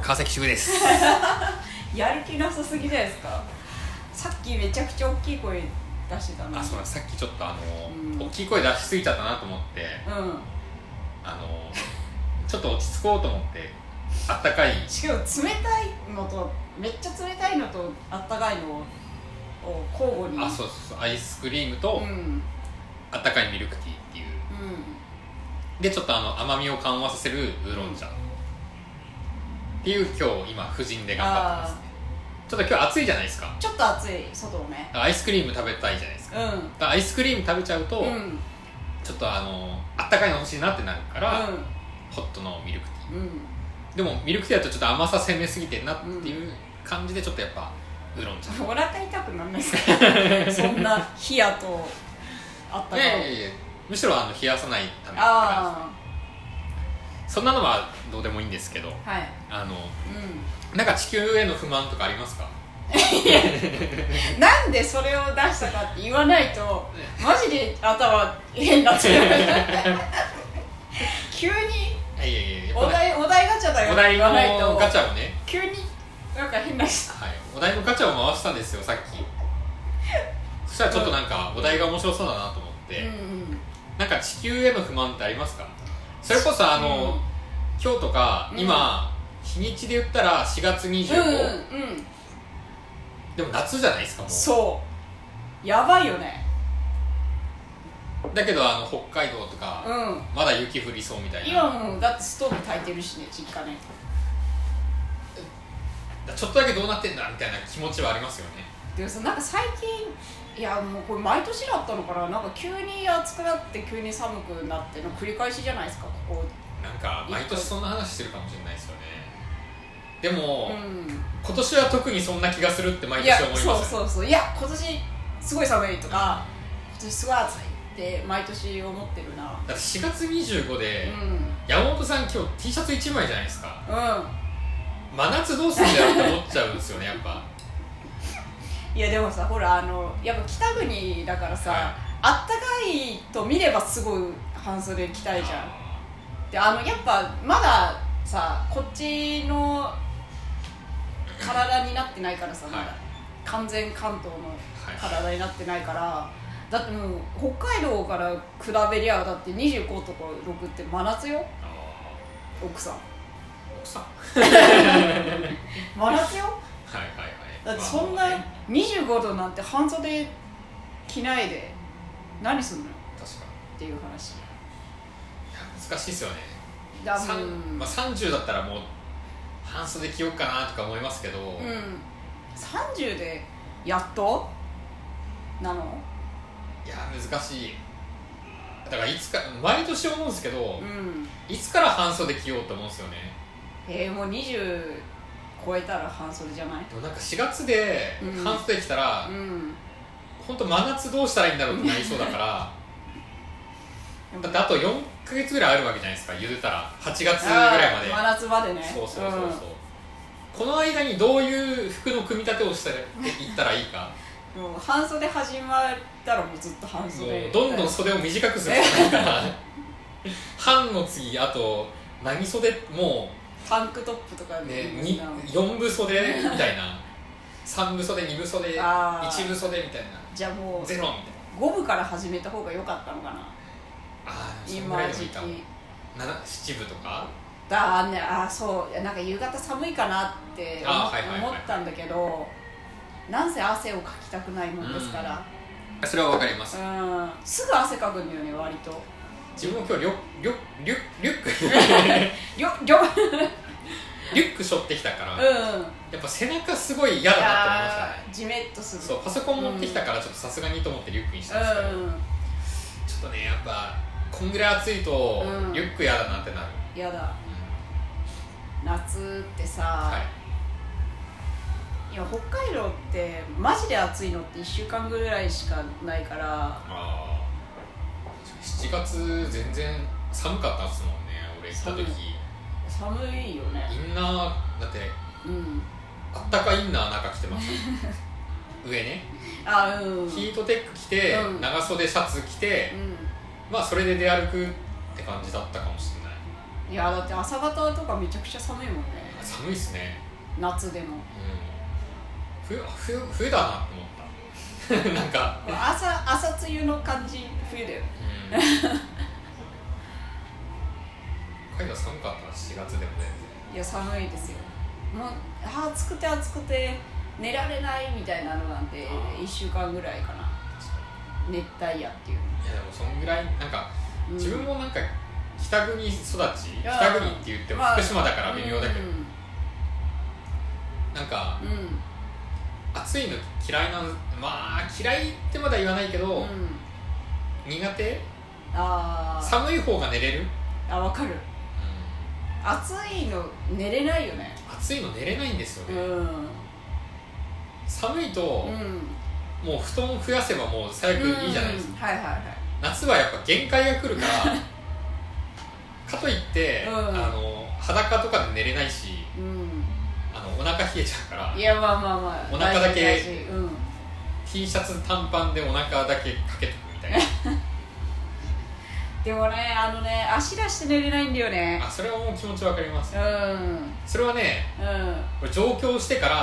川崎渋です。 やる気なさすぎじゃないですか。さっきめちゃくちゃ大きい声出してたのに。 そうなん、さっきちょっと大きい声出しすぎちゃったなと思って、ちょっと落ち着こうと思ってあったかい、 しかも冷たいのとめっちゃ冷たいのとあったかいのを交互に、 そうアイスクリームと、あったかいミルクティーっていう、でちょっと甘みを緩和させるウーロン茶、っていう今日今夫人で頑張ってますね。ちょっと今日暑いじゃないですか。 ちょっと暑い外をね。 アイスクリーム食べたいじゃないですか。だからアイスクリーム食べちゃうと、ちょっとあったかいの欲しいなってなるから、ホットのミルクティー、でもミルクティーだとちょっと甘さ攻めすぎてんなっていう感じで、ちょっとやっぱウーロン茶。 お腹痛くなんないですかそんな冷やとあったかい。 むしろ冷やさないためって感じ。そんなのはどうでもいいんですけど、なんか地球への不満とかありますか？ なんでそれを出したかって言わないとマジで頭変なって急にお題ガチャだよって言わないと、 お題のガチャをね、 急になんか変な人、 お題のガチャを回したんですよさっき。そしたらちょっとなんかお題が面白そうだなと思って、なんか地球への不満ってありますか？それこそ今日とか今、日にちで言ったら4月25、でも夏じゃないですかもう。 そうやばいよね。 だけど北海道とか、まだ雪降りそうみたいな。 今もうだってストーブ焚いてるしね、実家ね。 ちょっとだけどうなってんだみたいな気持ちはありますよね。 でもさ、なんか最近、いやもうこれ毎年だったのかな、なんか急に暑くなって急に寒くなっての繰り返しじゃないですか、ここ。 なんか毎年そんな話してるかもしれないですよね。でも、今年は特にそんな気がするって毎年思いますよね。 そう、いや今年すごい寒いとか、今年すごい暑いって毎年思ってるな。だって4月25で、山本さん今日 T シャツ1枚じゃないですか。真夏どうすんだよって思っちゃうんですよねやっぱ。 いやでもさ、ほらやっぱ北国だからさ、あったかいと見ればすごい半袖着たいじゃん。でやっぱまださ、こっちの体になってないからさ、まだ完全関東の体になってないから、だってもう北海道から比べりゃだって25とか6って真夏よ。奥さん真夏よ。だってそんな25度なんて半袖着ないで何すんのよ。 確かにっていう話。 いや難しいですよね。30だったらもう半袖着ようかなとか思いますけど、 30でやっとなの？ いや難しい。だからいつか毎年思うんですけど、いつから半袖着ようと思うんですよね。 もう20超えたら半袖じゃない？ でもなんか4月で半袖着たら、本当真夏どうしたらいいんだろうってなりそうだからだってあと4ヶ月ぐらいあるわけじゃないですか、言うたら8月ぐらいまで、 真夏までね。 そう、この間にどういう服の組み立てをしていったらいいか。 もう半袖始まったらもうずっと半袖、 もうどんどん袖を短くするしかないから半の次あと何袖、もうタンクトップとかね、4分袖みたいな3分袖2分袖1分袖みたいな。 じゃあもうゼロみたいな5分から始めた方が良かったのかな。 今時期7分とかそうなんか夕方寒いかなって思ったんだけど、なんせ汗をかきたくないもんですから、 それは分かります。 すぐ汗かくんだよね割と。 自分も今日リュックリュック背負ってきたから、やっぱ背中すごい嫌だなと思いましたね。 ジメッとする。 そう、パソコン持ってきたからちょっとさすがにと思ってリュックにしたんですけど、ちょっとねやっぱこんぐらい暑いとリュック嫌だなってなる。 嫌だ。夏ってさ、いや北海道ってマジで暑いのって1週間ぐらいしかないから。 7月全然寒かったっすもんね、俺行った時。 寒いよね。 インナーだって、あったかインナー中着てました上ね、ヒートテック着て、長袖シャツ着て、まあそれで出歩くって感じだったかもしれない。 いやだって朝方とかめちゃくちゃ寒いもんね。 寒いっすね。 夏でも、 冬だなって思ったなんか朝梅雨の感じ冬だよね。 北海道寒かったな、7月でも全然。 いや寒いですよ。もう暑くて暑くて寝られないみたいなのなんて1週間ぐらいかな。熱帯夜っていう。 いやでもそんぐらいなんか、自分もなんか北国育ち、北国って言っても福島だから微妙だけど、なんか、暑いの嫌いまあ嫌いってまだ言わないけど、苦手。寒い方が寝れる。 わかる。暑いの寝れないよね。 暑いの寝れないんですよね。寒いと、もう布団増やせばもう最悪いいじゃないですか。夏はやっぱ限界が来るからかといって、裸とかで寝れないし、お腹冷えちゃうから。いやまあお腹だけ、T シャツ短パンでお腹だけかけとくみたいなでもね、足出して寝れないんだよね。 それはもう気持ちわかります。それはね、上京してから、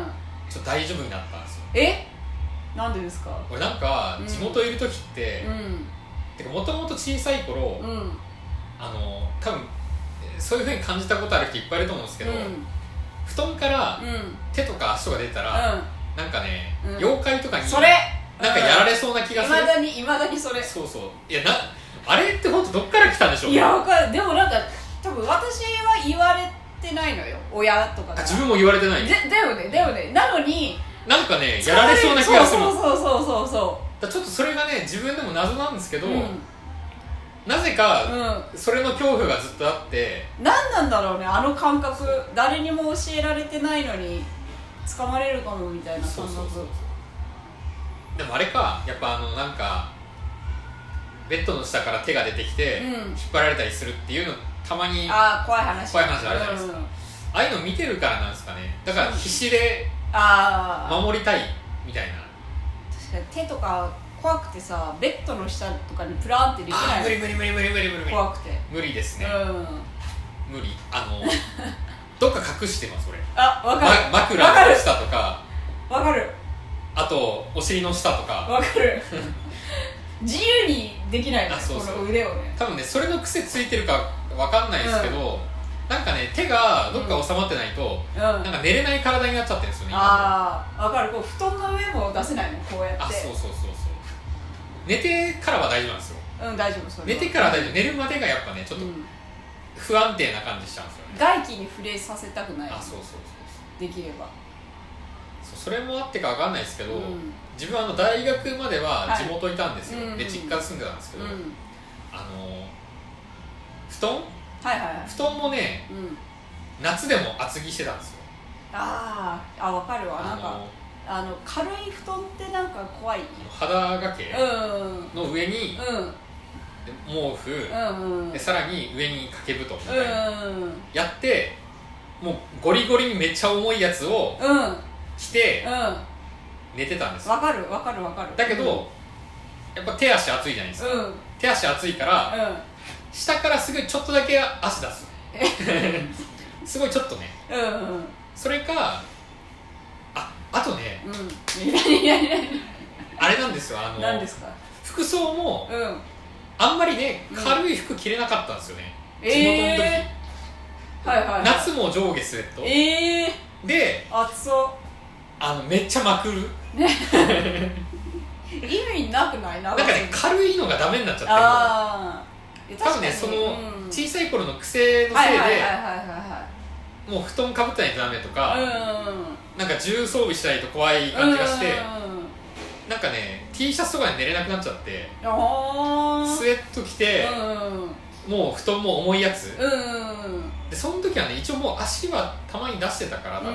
ちょっと大丈夫になったんですよ。 なんでですか？ 俺なんか地元いる時って、てかもともと小さい頃、多分そういう風に感じたことある人いっぱいいると思うんですけど、布団から手とか足とか出たら、なんかね、妖怪とかにそれなんかやられそうな気がする。 いまだにそれ。 そうそう。いやあれって本当どっから来たんでしょう。 いやでもなんか多分私は言われてないのよ、親とかから。 自分も言われてない。 だよね。なのになんかね、やられそうな気がする。 そうちょっとそれがね、自分でも謎なんですけど、なぜか、それの恐怖がずっとあって。 何なんだろうね、あの感覚。誰にも教えられてないのに掴まれるかもみたいな感覚。 でもあれか、やっぱなんかベッドの下から手が出てきて、引っ張られたりするっていうのたまに怖い話あるじゃないですか。ああいうの見てるからなんですかね。だから必死で守りたいみたいな。 確かに手とか怖くてさ、ベッドの下とかにプランってできない。 無理怖くて無理ですね。無理。どっか隠してます俺。 わかる。 枕の下とか。 わかる。 あとお尻の下とか。 わかる自由にできないね、この腕をね。 多分ね、それの癖ついてるかわかんないですけど、なんかね、手がどっか収まってないと、なんか寝れない体になっちゃってるんですよね。 わかる。こう布団の上も出せないの、こうやって。 そう寝てからは大丈夫なんですよ。 大丈夫。 寝てからは大丈夫。寝るまでがやっぱね、ちょっと不安定な感じしちゃうんですよね。 外気に触れさせたくない。 そうできれば。 それもあってかわかんないですけど、自分は大学までは地元いたんですよ。で実家で住んでたんですけど、布団もね、夏でも厚着してたんですよ。 わかるわ。なんか軽い布団ってなんか怖い。 肌掛けの上に毛布で、さらに上に掛け布団みたいなやって、もうゴリゴリにめっちゃ重いやつを着て寝てたんですよ。 わかる。 だけどやっぱ手足熱いじゃないですか。手足熱いから、下からすごいちょっとだけ汗出すすごいちょっとね。それかあとね、あれなんですよ。 何ですか？ 服装もあんまりね、軽い服着れなかったんですよね、地元の時。夏も上下スウェットで、 暑そう。 めっちゃまくる意味なくない？ なんかね、軽いのがダメになっちゃって、多分ね、その小さい頃の癖のせいでもう布団かぶってないとダメとか、なんか重装備しないと怖い感じがして、なんかね T シャツとかで寝れなくなっちゃって、スウェット着て、もう布団も重いやつで、その時はね、一応もう足はたまに出してたから多分、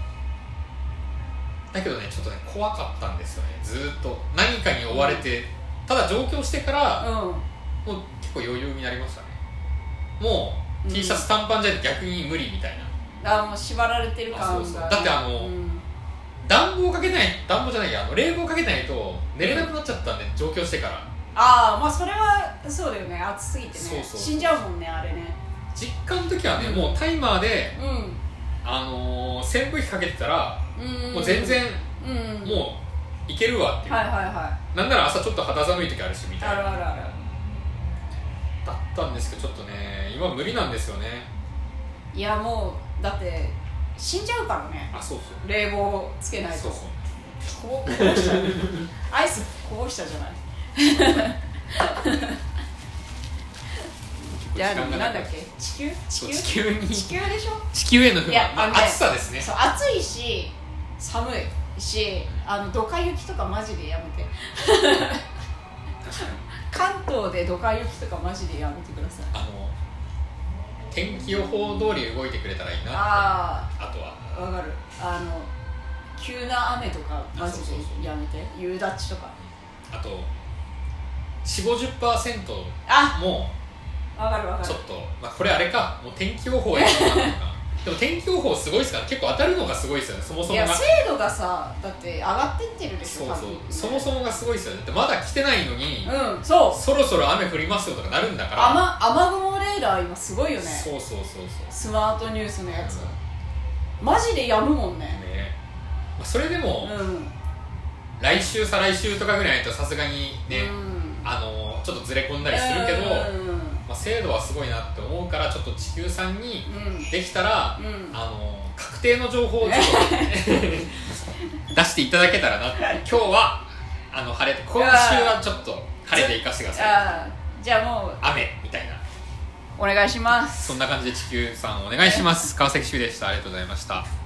だけどね、ちょっとね怖かったんですよね。ずーっと何かに追われて、ただ上京してから、もう結構余裕になりましたね。もう T シャツ短パンじゃ逆に無理みたいな。 もう縛られてる感が。 だって暖房かけない、暖房じゃないや、冷房かけないと寝れなくなっちゃったんで、上京してから。 まあそれはそうだよね、暑すぎてね。死んじゃうもんね、あれね。 実家の時はね、もうタイマーで扇風機かけてたらもう全然もういけるわっていう、 はいはいはい、 なんなら朝ちょっと肌寒い時あるしみたいなあるあるあるだったんですけど、ちょっとね今無理なんですよね。 いやもうだって死んじゃうからね。 あ、そうそう、 冷房つけないと。 そうそうこぼしたアイスこぼしたじゃないじゃあなんだっけ、地球地球に地球でしょ。 地球への不いや満、まあ、暑さですね。 そう暑いし寒いし、ドカ雪とかマジでやめて関東でドカ雪とかマジでやめてください。 天気予報通り動いてくれたらいいなって。 あとは分かる、急な雨とかマジでやめて。夕立とか、 あと 40-50% も分かる分かる。 ちょっと、まあ、これあれか、もう天気予報やるのかなでも天気予報すごいですから、結構当たるのがすごいですよね、そもそもが。 いや精度がさ、だって上がってってるでしょ。 そうそう、そもそもがすごいですよね。だってまだ来てないのに、 そうそろそろ雨降りますよとかなるんだから。 雨雲レーダー今すごいよね。 そうスマートニュースのやつ、マジでやむもんね。 まあ、それでも、来週再来週とかぐらいとさすがにね、ちょっとずれ込んだりするけど、まあ、精度はすごいなって思うから、ちょっと地球さんにできたら、確定の情報をちょっと出していただけたらなって。今日は晴れて、今週はちょっと晴れていかせてください。じゃあもう雨みたいな、 お願いします。 そんな感じで地球さんお願いします。川崎修でした。ありがとうございました。